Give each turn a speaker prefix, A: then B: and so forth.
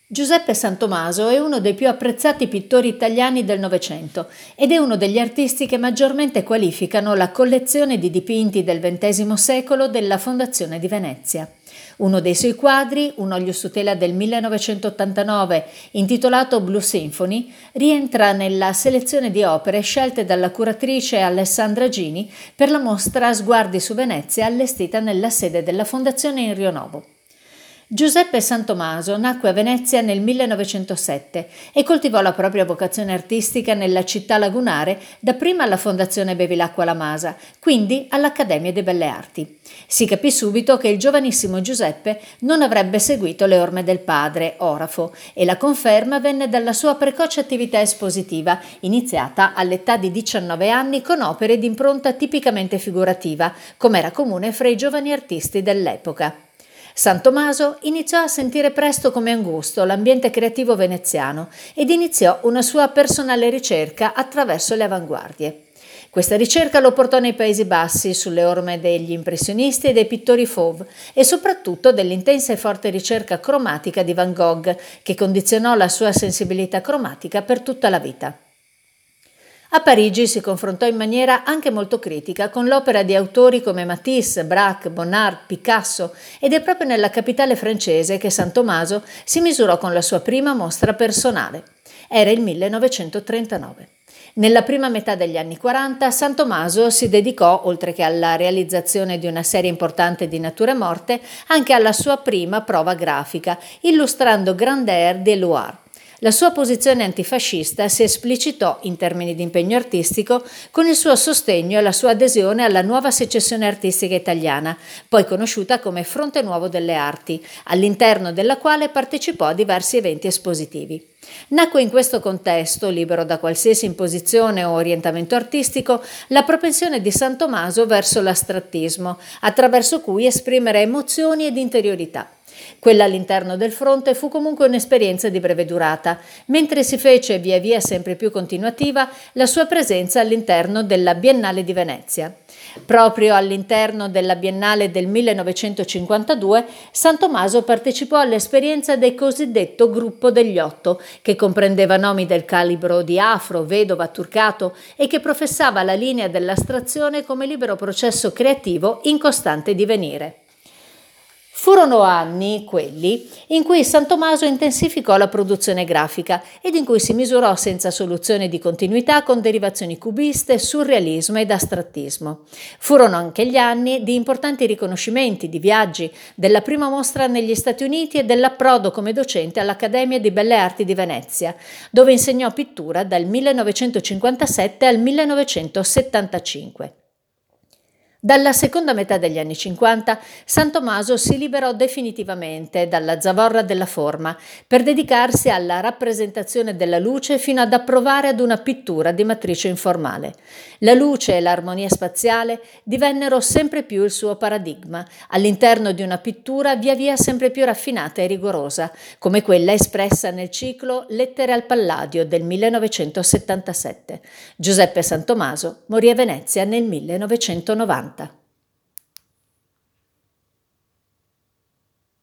A: Giuseppe Santomaso è uno dei più apprezzati pittori italiani del Novecento ed è uno degli artisti che maggiormente qualificano la collezione di dipinti del XX secolo della Fondazione di Venezia. Uno dei suoi quadri, un olio su tela del 1989 intitolato Blue Symphony, rientra nella selezione di opere scelte dalla curatrice Alessandra Gini per la mostra Sguardi su Venezia allestita nella sede della Fondazione in Rio Novo. Giuseppe Santomaso nacque a Venezia nel 1907 e coltivò la propria vocazione artistica nella città lagunare, dapprima alla Fondazione Bevilacqua La Masa, quindi all'Accademia di Belle Arti. Si capì subito che il giovanissimo Giuseppe non avrebbe seguito le orme del padre, orafo, e la conferma venne dalla sua precoce attività espositiva, iniziata all'età di 19 anni con opere di impronta tipicamente figurativa, come era comune fra i giovani artisti dell'epoca. Santomaso iniziò a sentire presto come angusto l'ambiente creativo veneziano ed iniziò una sua personale ricerca attraverso le avanguardie. Questa ricerca lo portò nei Paesi Bassi, sulle orme degli impressionisti e dei pittori fauve e soprattutto dell'intensa e forte ricerca cromatica di Van Gogh, che condizionò la sua sensibilità cromatica per tutta la vita. A Parigi si confrontò in maniera anche molto critica con l'opera di autori come Matisse, Braque, Bonnard, Picasso ed è proprio nella capitale francese che Santomaso si misurò con la sua prima mostra personale. Era il 1939. Nella prima metà degli anni 40 Santomaso si dedicò, oltre che alla realizzazione di una serie importante di nature morte, anche alla sua prima prova grafica, illustrando Grand'Air de Loire. La sua posizione antifascista si esplicitò in termini di impegno artistico con il suo sostegno e la sua adesione alla nuova secessione artistica italiana, poi conosciuta come Fronte Nuovo delle Arti, all'interno della quale partecipò a diversi eventi espositivi. Nacque in questo contesto, libero da qualsiasi imposizione o orientamento artistico, la propensione di Santomaso verso l'astrattismo, attraverso cui esprimere emozioni ed interiorità. Quella all'interno del fronte fu comunque un'esperienza di breve durata, mentre si fece via via sempre più continuativa la sua presenza all'interno della Biennale di Venezia. Proprio all'interno della Biennale del 1952 Santomaso partecipò all'esperienza del cosiddetto Gruppo degli Otto, che comprendeva nomi del calibro di Afro, Vedova, Turcato e che professava la linea dell'astrazione come libero processo creativo in costante divenire. Furono anni, quelli, in cui Santomaso intensificò la produzione grafica ed in cui si misurò senza soluzione di continuità con derivazioni cubiste, surrealismo ed astrattismo. Furono anche gli anni di importanti riconoscimenti, di viaggi, della prima mostra negli Stati Uniti e dell'approdo come docente all'Accademia di Belle Arti di Venezia, dove insegnò pittura dal 1957 al 1975. Dalla seconda metà degli anni 50 Santomaso si liberò definitivamente dalla zavorra della forma per dedicarsi alla rappresentazione della luce fino ad approvare ad una pittura di matrice informale. La luce e l'armonia spaziale divennero sempre più il suo paradigma, all'interno di una pittura via via sempre più raffinata e rigorosa, come quella espressa nel ciclo Lettere al Palladio del 1977. Giuseppe Santomaso morì a Venezia nel 1990.